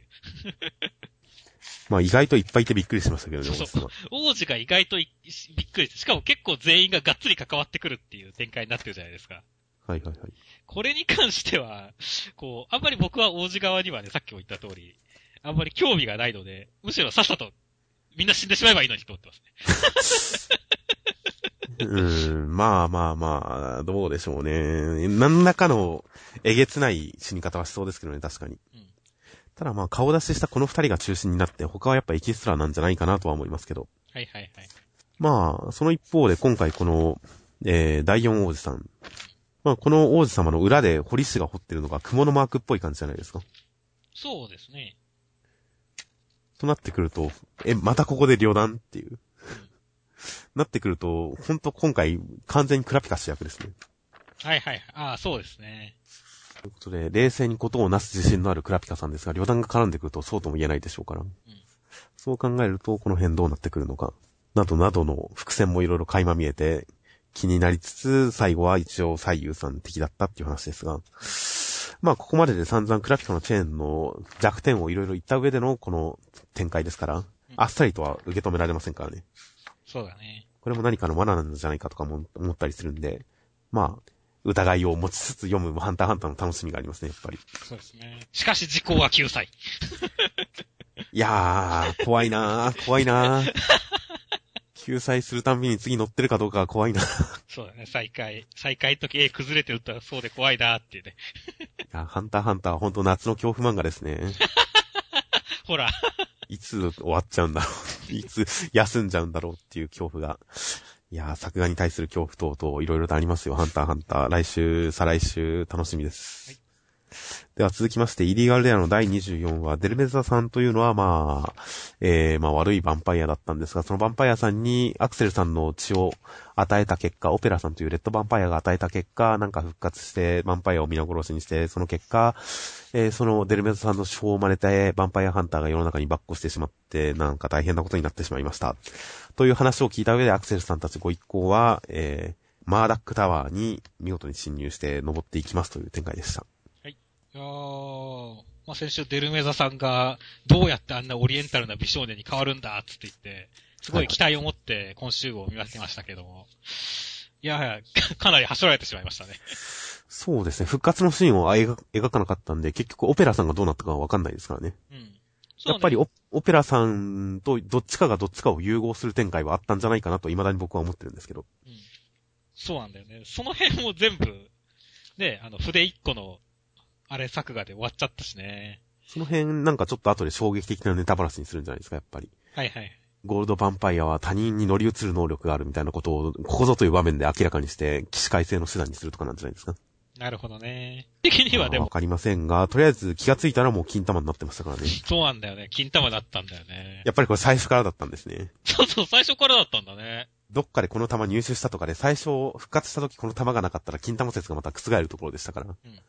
まあ意外といっぱいいてびっくりしましたけどね。 そうそう。王子が意外とびっくりして、しかも結構全員ががっつり関わってくるっていう展開になってるじゃないですか。 はいはいはい。 これに関しては、こう、あんまり僕は王子側にはね、さっきも言った通り、あんまり興味がないので、むしろさっさとみんな死んでしまえばいいのにと思ってますね。 うーん、まあまあまあ、どうでしょうね。何らかのえげつない死に方はしそうですけどね、確かに。うん、ただまあ顔出ししたこの二人が中心になって、他はやっぱエキストラなんじゃないかなとは思いますけど。 はいはいはい。 まあ、その一方で今回この、えー、だいよん王子さん。まあ、この王子様の裏で彫り師が彫ってるのが雲のマークっぽい感じじゃないですか。 そうですね。 となってくると、え、またここで旅団っていう。うん、なってくると、ほんと今回完全にクラピカ主役ですね。 はいはいはい。ああ、そうですね。 ということで、冷静にことをなす自信のあるクラピカさんですが、旅団が絡んでくるとそうとも言えないでしょうから。うん、そう考えると、この辺どうなってくるのか。などなどの伏線もいろいろ垣間見えて、気になりつつ、最後は一応西遊さん敵だったっていう話ですが、まあここまでで散々クラピカのチェーンの弱点をいろいろ言った上でのこの展開ですから、うん、あっさりとは受け止められませんからね。 そうだね。 これも何かの罠なんじゃないかとかも思ったりするんで、まあ、疑いを持ちつつ読むハンターハンターの楽しみがありますね、やっぱり。 そうですね。しかし時効はきゅうさい。 いやー、怖いなー、怖いなー。救済するたんびに次乗ってるかどうかは怖いな。 そうだね、再開。再開の時、え、崩れてるとそうで怖いなーっていうね。 いや、ハンターハンターはほんと夏の恐怖漫画ですね。 ほら。 いつ終わっちゃうんだろう。いつ休んじゃうんだろうっていう恐怖が。いやー、作画に対する恐怖等々いろいろとありますよ。ハンターハンター。来週、再来週、楽しみです。はい、では続きまして、イリーガルレアのだいにじゅうよんわ、デルメザさんというのは、まあ、えー、まあ悪いヴァンパイアだったんですが、そのヴァンパイアさんにアクセルさんの血を与えた結果、オペラさんというレッドヴァンパイアが与えた結果、なんか復活して、ヴァンパイアを皆殺しにして、その結果、えー、そのデルメザさんの手法を真似て、ヴァンパイアハンターが世の中にバッコしてしまって、なんか大変なことになってしまいました。という話を聞いた上で、アクセルさんたちご一行は、えー、マーダックタワーに見事に侵入して登っていきますという展開でした。 いやー、まあ、先週デルメザさんがどうやってあんなオリエンタルな美少年に変わるんだつって言って、すごい期待を持って今週号を見分けましたけども、いや、かなり走られてしまいましたね。 そうですね。復活のシーンを描描かなかったんで、結局オペラさんがどうなったかはわかんないですからね。うん。ね、やっぱり オ, オペラさんとどっちかがどっちかを融合する展開はあったんじゃないかなと未だに僕は思ってるんですけど。 うん。そうなんだよね。その辺も全部、ね、あの、筆一個のあれ作画で終わっちゃったしね。 その辺なんかちょっと後で衝撃的なネタバラシにするんじゃないですか、やっぱり。 はいはい。 ゴールドヴァンパイアは他人に乗り移る能力があるみたいなことを、ここぞという場面で明らかにして、起死回生の手段にするとかなんじゃないですか。 なるほどね。的にはでも。 わかりませんが、とりあえず気がついたらもう金玉になってましたからね。 そうなんだよね。金玉だったんだよね。 やっぱりこれ最初からだったんですね。 そうそう、最初からだったんだね。 どっかでこの玉入手したとかで最初復活した時この玉がなかったら金玉説がまた覆るところでしたから。うん、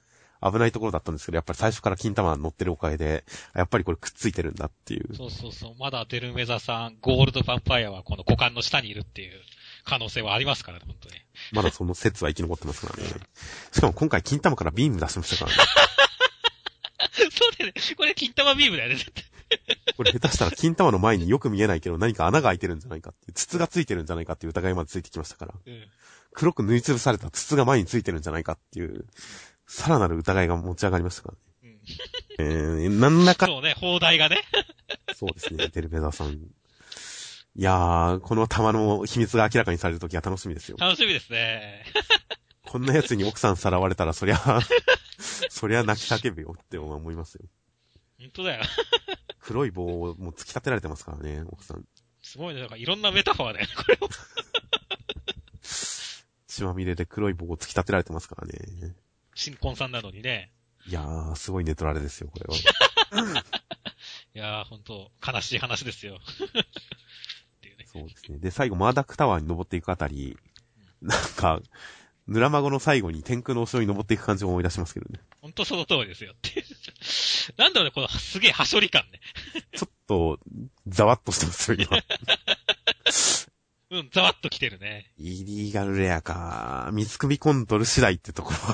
危ないところだったんですけど、やっぱり最初から金玉乗ってるおかげで、やっぱりこれくっついてるんだっていう。 そうそうそう。まだデルメザさん、ゴールドヴァンパイアはこの股間の下にいるっていう可能性はありますからね、本当に。 まだその説は生き残ってますからね。しかも今回金玉からビーム出しましたからね。 そうだよね。これ金玉ビームだよね、絶対。 これ下手したら金玉の前によく見えないけど何か穴が開いてるんじゃないかっていう、筒がついてるんじゃないかっていう疑いまでついてきましたから。うん、黒く縫いつぶされた筒が前についてるんじゃないかっていう、さらなる疑いが持ち上がりましたからね。うん、えー、なんだか。 そうね、砲台がね。 そうですね、デルベザさん。いやー、この玉の秘密が明らかにされるときは楽しみですよ。 楽しみですね。 こんな奴に奥さんさらわれたら、そりゃ、そりゃ泣き叫ぶよって思いますよ。 本当だよ。 黒い棒をもう突き立てられてますからね、奥さん。 すごいね、なんかいろんなメタファーだよね、これを。 血まみれで黒い棒を突き立てられてますからね。 新婚さんなのにね。 いやー、すごいネトラレですよ、これは。 いやー、ほんと、悲しい話ですよ。っていうね、 そうですね。で、最後、マーダックタワーに登っていくあたり、うん、なんか、ヌラマゴの最後に天空のお城に登っていく感じを思い出しますけどね。 ほんとその通りですよって。なんだろうね、このすげえはしょり感ね。 ちょっと、ざわっとしてますよ、今。 うん、ざわっと来てるね。 イリーガルレアか。三つ首コントル次第ってところは。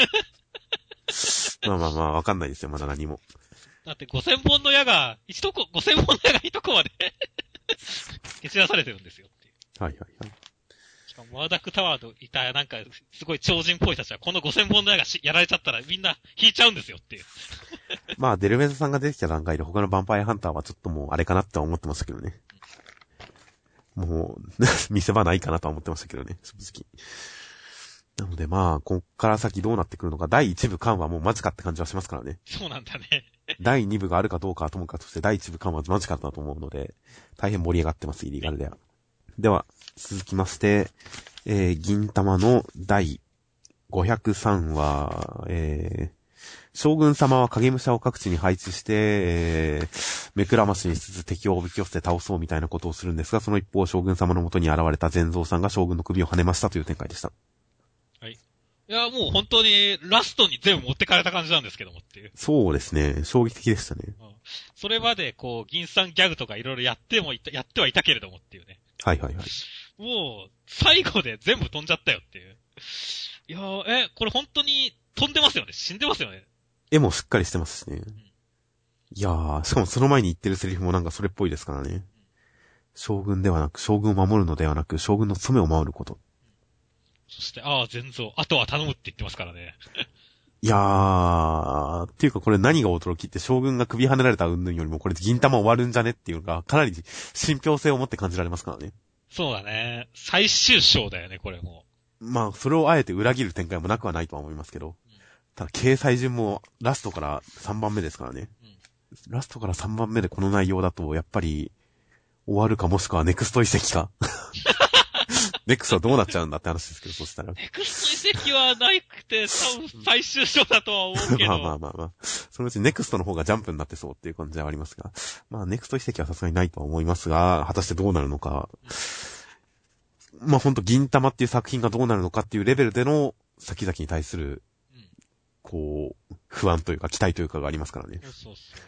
まあまあまあ、わかんないですよ、まだ何も。 だってごせんぼんの矢が、一とこ、ごせんぼんの矢が一コマで消し出されてるんですよっていう。 はいはいはい。 しかも、マーダックタワーといた、なんか、すごい超人っぽい人たちは、このごせんぼんの矢がしやられちゃったらみんな引いちゃうんですよっていう。 まあ、デルメザさんが出てきた段階で他のヴァンパイアハンターはちょっともうあれかなって思ってましたけどね。もう、見せ場ないかなとは思ってましたけどね、正直。なのでまあ、こっから先どうなってくるのか、だいいち部完はもうマジかって感じはしますからね。 そうなんだね。 だいに部があるかどうかはともかくとして、だいいち部完はマジかだと思うので、大変盛り上がってます、イリーガルでは。では、続きまして、えー、銀玉のだいごひゃくさんわ、えー、将軍様は影武者を各地に配置して、えー、目くらましにしつつ敵をおびき寄せて倒そうみたいなことをするんですが、その一方、将軍様の元に現れた善蔵さんが将軍の首を跳ねましたという展開でした。 はい。いや、もう本当にラストに全部持ってかれた感じなんですけどもっていう。 そうですね。衝撃的でしたね。うん、 それまでこう、銀さんギャグとかいろいろやってもいた、やってはいたけれどもっていうね。 はいはいはい。 もう、最後で全部飛んじゃったよっていう。いやー、え、これ本当に飛んでますよね。死んでますよね。 絵もしっかりしてますしね。うん、いやー、しかもその前に言ってるセリフもなんかそれっぽいですからね。うん、将軍ではなく、将軍を守るのではなく、将軍の務めを守ること。 そして、ああ、全蔵。あとは頼むって言ってますからね。 いやー、っていうかこれ何が驚きって将軍が首跳ねられた云々よりもこれ銀玉終わるんじゃねっていうのがかなり信憑性を持って感じられますからね。 そうだね。最終章だよね、これも。 まあ、それをあえて裏切る展開もなくはないとは思いますけど。うん、ただ、掲載順もラストからさんばんめですからね。うん、ラストからさんばんめでこの内容だと、やっぱり、終わるかもしくはネクスト遺跡かネクストはどうなっちゃうんだって話ですけど、そしたら。 ネクスト遺跡はなくて、多分最終章だとは思うけど。 まあまあまあまあ。そのうちネクストの方がジャンプになってそうっていう感じはありますが。まあ、ネクスト遺跡はさすがにないとは思いますが、果たしてどうなるのか。うん、まあほんと銀玉っていう作品がどうなるのかっていうレベルでの先々に対する、うん、こう、不安というか期待というかがありますからね。 そうそうそう。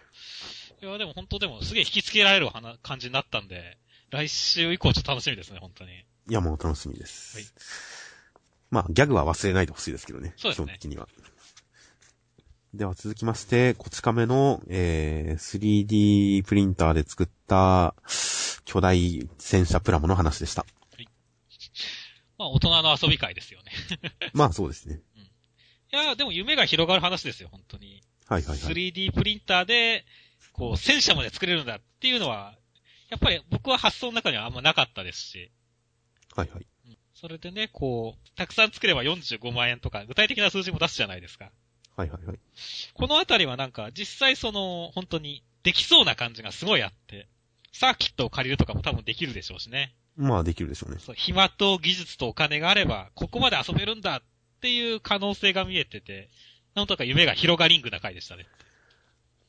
いや、でも本当でもすげえ引きつけられる感じになったんで、来週以降ちょっと楽しみですね、本当に。 いや、もう楽しみです。はい。まあ、ギャグは忘れないでほしいですけどね。 そうですね。 基本的には。では続きまして、こち亀の、えー、スリーディー プリンターで作った巨大戦車プラモの話でした。はい。 まあ、大人の遊び会ですよね。 まあ、そうですね。 うん。いや、でも夢が広がる話ですよ、本当に。 はいはいはい。 スリーディー プリンターで、こう、戦車まで作れるんだっていうのは、やっぱり僕は発想の中にはあんまなかったですし。 はいはい。 うん、それでね、こう、たくさん作ればよんじゅうごまんえんとか、具体的な数字も出すじゃないですか。 はいはいはい。 このあたりはなんか、実際その、本当に、できそうな感じがすごいあって、サーキットを借りるとかも多分できるでしょうしね。 まあ、できるでしょうね。 そう、暇と技術とお金があれば、ここまで遊べるんだっていう可能性が見えてて、なんとか夢が広がリングな回でしたね。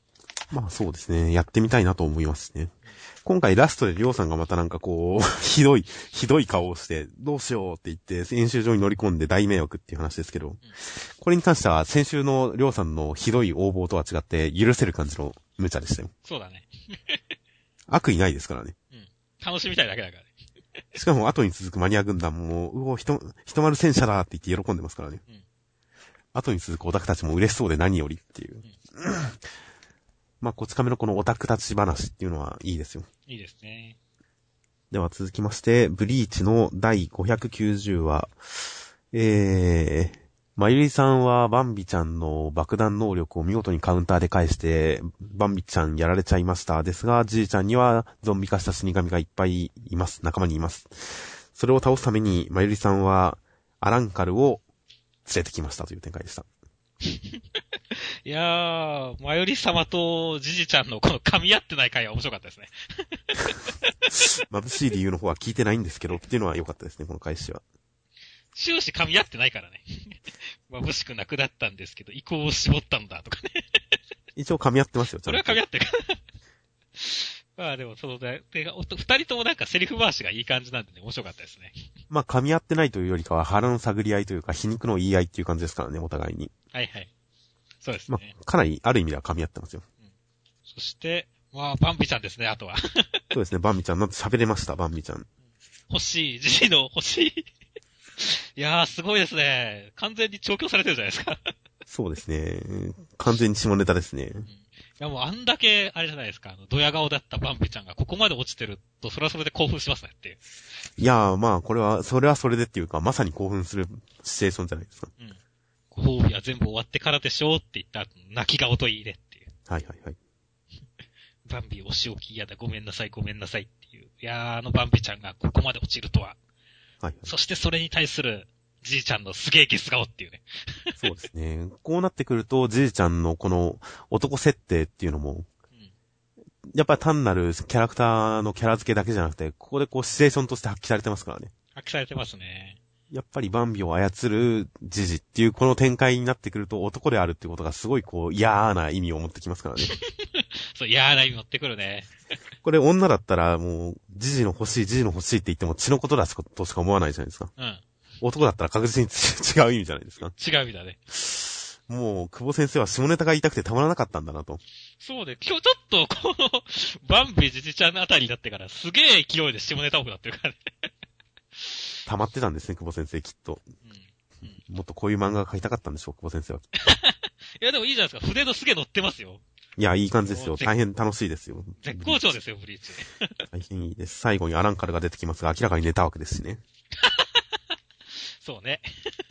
まあそうですね。やってみたいなと思いますね。今回ラストでりょうさんがまたなんかこう、ひどい、ひどい顔をして、どうしようって言って演習場に乗り込んで大迷惑っていう話ですけど、うん、これに関しては先週のりょうさんのひどい横暴とは違って許せる感じの無茶でしたよ。 そうだね。 悪意ないですからね。 うん。楽しみたいだけだからね。 しかも後に続くマニア軍団も、うお、ひと、ひとまる戦車だって言って喜んでますからね。うん、後に続くオタクたちも嬉しそうで何よりっていう。うん、まあ、こち亀のこのオタクたち話っていうのはいいですよ。 いいですね。 では続きまして、ブリーチのだいごひゃくきゅうじゅうわ。えー、まゆりさんはバンビちゃんの爆弾能力を見事にカウンターで返して、バンビちゃんやられちゃいました。ですが、じいちゃんにはゾンビ化した死神がいっぱいいます。仲間にいます。それを倒すために、まゆりさんはアランカルを連れてきましたという展開でした。 いやー、まゆり様とじじちゃんのこの噛み合ってない回は面白かったですね。 眩しい理由の方は聞いてないんですけどっていうのは良かったですね、この開始は。 終始噛み合ってないからね。眩しくなくなったんですけど、意向を絞ったんだとかね。 一応噛み合ってますよ、ちゃんと。 それは噛み合ってる。まあでも、その、二人ともなんかセリフ回しがいい感じなんでね、面白かったですね。 まあ噛み合ってないというよりかは腹の探り合いというか皮肉の言い合いっていう感じですからね、お互いに。 はいはい。そうですね。 まあ、かなりある意味では噛み合ってますよ。 うん、そして、まあ、バンビちゃんですね、あとは。 そうですね、バンビちゃん。なんと喋れました、バンビちゃん。 欲しい、じじの欲しい。いやー、すごいですね。完全に調教されてるじゃないですか。 そうですね。完全に下ネタですね。うん、いやもうあんだけ、あれじゃないですか、あの、ドヤ顔だったバンビちゃんがここまで落ちてると、それはそれで興奮しますねっていう。 いやー、まあ、これは、それはそれでっていうか、まさに興奮するシチュエーションじゃないですか。うん。 ご褒美は全部終わってからでしょうって言った後、泣き顔といいねっていう。 はいはいはい。 バンビお仕置き嫌だ、ごめんなさい、ごめんなさいっていう。いやー、あのバンビちゃんがここまで落ちるとは。はい、はい。そしてそれに対する、じいちゃんのすげえゲス顔っていうね。 そうですね。こうなってくると、じいちゃんのこの男設定っていうのも、うん、やっぱり単なるキャラクターのキャラ付けだけじゃなくて、ここでこうシチュエーションとして発揮されてますからね。 発揮されてますね。 やっぱりバンビを操るジジっていうこの展開になってくると男であるっていうことがすごいこう嫌な意味を持ってきますからね。 そう、嫌な意味持ってくるね。 これ女だったらもうジジの欲しい、ジジの欲しいって言っても血のことだとしか思わないじゃないですか。うん。男だったら確実に違う意味じゃないですか。 違う意味だね。 もう、久保先生は下ネタが言いたくてたまらなかったんだなと。 そうね。今日ちょっと、この、バンビジジちゃんのあたりになってから、すげえ勢いで下ネタ多くなってるからね。 溜まってたんですね、久保先生、きっと。うんうん、もっとこういう漫画が描きたかったんでしょう、久保先生は。 いや、でもいいじゃないですか。筆のすげえ乗ってますよ。 いや、いい感じですよ。大変楽しいですよ。 絶好調ですよ、ブリーチ。 大変いいです。最後にアランカルが出てきますが、明らかに寝たわけですしね。 そうね。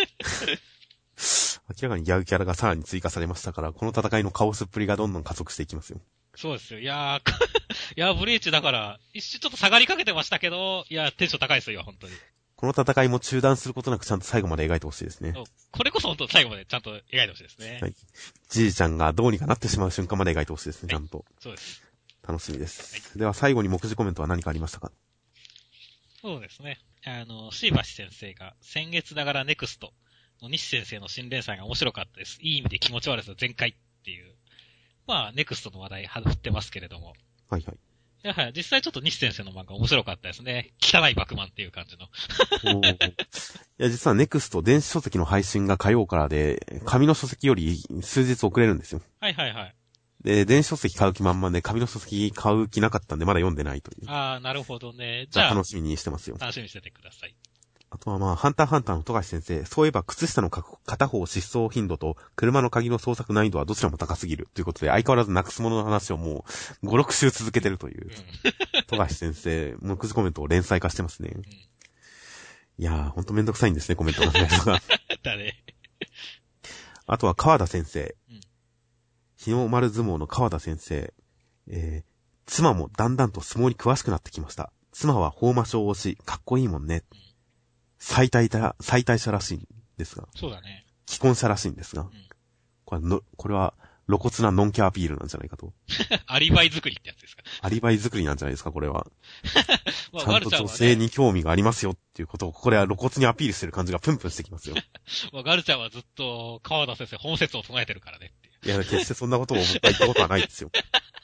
明らかにギャグキャラがさらに追加されましたから、この戦いのカオスっぷりがどんどん加速していきますよ。 そうですよ。いやー、いやー、ブリーチだから、一瞬ちょっと下がりかけてましたけど、いやー、テンション高いですよ、本当に。 この戦いも中断することなくちゃんと最後まで描いてほしいですね。 これこそ本当最後までちゃんと描いてほしいですね。はい。 じいちゃんがどうにかなってしまう瞬間まで描いてほしいですね、はい、ちゃんと。 そうです。 楽しみです。はい、では最後に目次コメントは何かありましたか？ そうですね。あの、椎橋先生が先月ながらネクストの西先生の新連載が面白かったです。いい意味で気持ち悪さ全開っていう。まあ、ネクストの話題振ってますけれども。 はいはい。 いやはや、実際ちょっと西先生の漫画面白かったですね。汚いバクマンっていう感じの。 いや、実はネクスト電子書籍の配信が火曜からで、紙の書籍より数日遅れるんですよ。 はいはいはい。 で、電子書籍買う気満々で、紙の書籍買う気なかったんで、まだ読んでないという。 ああ、なるほどね。じゃあ、 楽しみにしてますよ。 楽しみにしててください。 あとはまあ、ハンターハンターの富樫先生、そういえば靴下の片方失踪頻度と車の鍵の捜索難易度はどちらも高すぎるということで、相変わらずなくすものの話をもうご、ろく週続けてるという、富樫先生、目次コメントを連載化してますね。うん、いやー、ほんとめんどくさいんですね、コメントが。 だね。 あとは川田先生。うん、日の丸相撲の川田先生。えー、妻もだんだんと相撲に詳しくなってきました。妻は法魔賞推し、かっこいいもんね。うん最大だ、最大者らしいんですが。 そうだね。 既婚者らしいんですが。うん、これの、これは露骨なノンキャアピールなんじゃないかと。 アリバイ作りってやつですか。 アリバイ作りなんじゃないですか、これは。まあ、ちゃんと女性に興味がありますよっていうことを、これは露骨にアピールしてる感じがプンプンしてきますよ。 まあ、ガルちゃんはずっと川田先生本説を唱えてるからねっていう。 いや、決してそんなことを僕は言ったことはないですよ。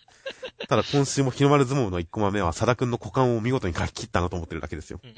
ただ今週も日の丸相撲のいっコマ目は佐田くんの股間を見事に書き切ったなと思ってるだけですよ。 うん、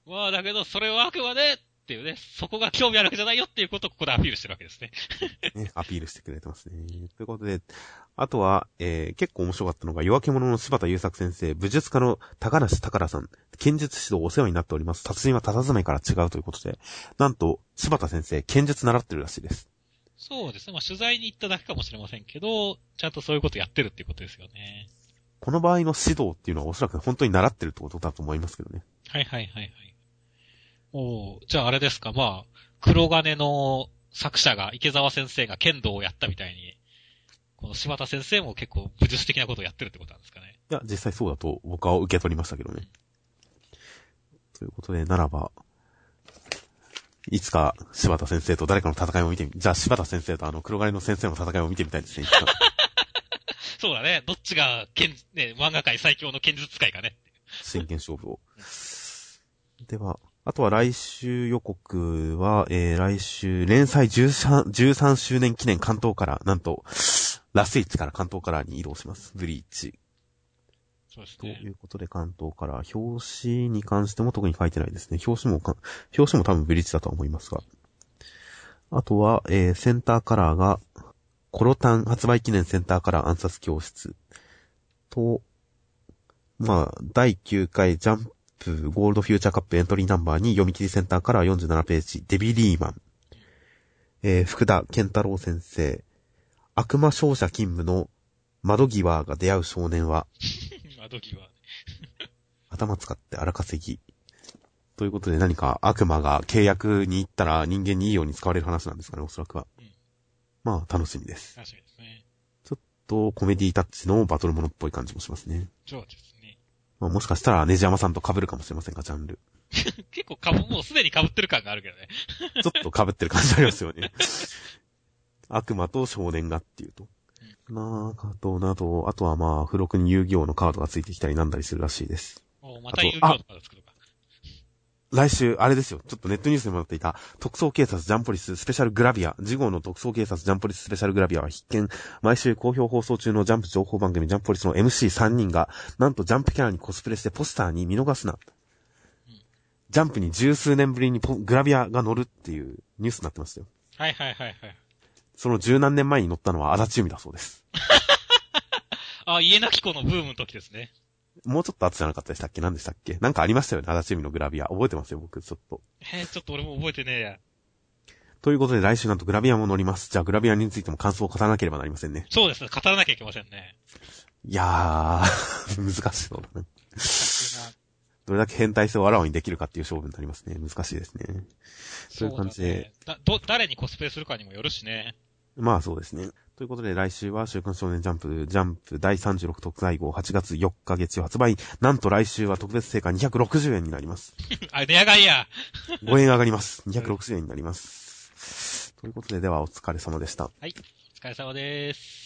まあだけど、それはあくまでっていうね、そこが興味あるわけじゃないよっていうことをここでアピールしてるわけですね。 ね、アピールしてくれてますね。ということで、あとは、えー、結構面白かったのが、夜明け者の柴田優作先生、武術家の高梨宝さん、剣術指導お世話になっております。達人は佇まいから違うということで、なんと、柴田先生、剣術習ってるらしいです。 そうですね。まあ取材に行っただけかもしれませんけど、ちゃんとそういうことやってるっていうことですよね。 この場合の指導っていうのはおそらく本当に習ってるってことだと思いますけどね。 はいはいはいはい。おー、じゃああれですか、まあ、黒金の作者が、池澤先生が剣道をやったみたいに、この柴田先生も結構武術的なことをやってるってことなんですかね。 いや、実際そうだと僕は受け取りましたけどね。ということで、ならば、いつか柴田先生と誰かの戦いを見てみ、じゃあ柴田先生とあの黒金の先生の戦いを見てみたいですね。 そうだね。どっちが剣、ね、漫画界最強の剣術使いかね。 真剣勝負を。では、あとは来週予告は、えー、来週連載じゅうさん、じゅうさん周年記念関東カラー、なんと、ラスイッチから関東カラーに移動します。ブリーチ。 そうですね。 ということで関東カラー、表紙に関しても特に書いてないですね。表紙もか、表紙も多分ブリーチだと思いますが。あとは、えー、センターカラーが、コロタン発売記念センターカラー暗殺教室と、まあ、だいきゅうかいジャンプゴールドフューチャーカップエントリーナンバーに読み切りセンターカラーよんじゅうななページ、デビリーマン、えー、福田健太郎先生、悪魔商社勤務の窓際が出会う少年は、 窓際。 頭使って荒稼ぎ。ということで何か悪魔が契約に行ったら人間にいいように使われる話なんですかね、おそらくは。うん、まあ、楽しみです。 楽しみですね。 ちょっとコメディタッチのバトルモノっぽい感じもしますね。 そうですね。 まあ、もしかしたらネジ山さんと被るかもしれませんが、ジャンル。 結構かぶ、もうすでに被ってる感があるけどね。 ちょっと被ってる感じありますよね。悪魔と少年がっていうと。うん、なあ、あと、など、あとはまあ、付録に遊戯王のカードがついてきたりなんだりするらしいです。 おまた遊戯王のカード作るか。 来週、あれですよ。ちょっとネットニュースにもなっていた、特捜警察ジャンポリススペシャルグラビア。次号の特捜警察ジャンポリススペシャルグラビアは必見。毎週好評放送中のジャンプ情報番組ジャンポリスの エムシーさん 人が、なんとジャンプキャラにコスプレしてポスターに見逃すな。うん、ジャンプに十数年ぶりにグラビアが乗るっていうニュースになってましたよ。 はいはいはいはい。 その十何年前に乗ったのは足立由美だそうです。 あ、家なき子のブームの時ですね。 もうちょっと後じゃなかったでしたっけ？何でしたっけ？なんかありましたよね、足立由美のグラビア。覚えてますよ、僕、ちょっと。 へぇ、ちょっと俺も覚えてねえや。 ということで、来週なんとグラビアも乗ります。じゃあ、グラビアについても感想を語らなければなりませんね。 そうですね、語らなきゃいけませんね。 いやー、難しそうだね。どれだけ変態性をあらわにできるかっていう勝負になりますね。難しいですね。そういう感じで、ね。 だ、ど、誰にコスプレするかにもよるしね。 まあそうですね。ということで来週は週刊少年ジャンプ、ジャンプだいさんじゅうろく特大号はちがつよっか月曜発売。なんと来週は特別定価にひゃくろくじゅうえんになります。 あ、値上がりや。 ごえん上がります。にひゃくろくじゅうえんになります。ということでではお疲れ様でした。 はい、お疲れ様です。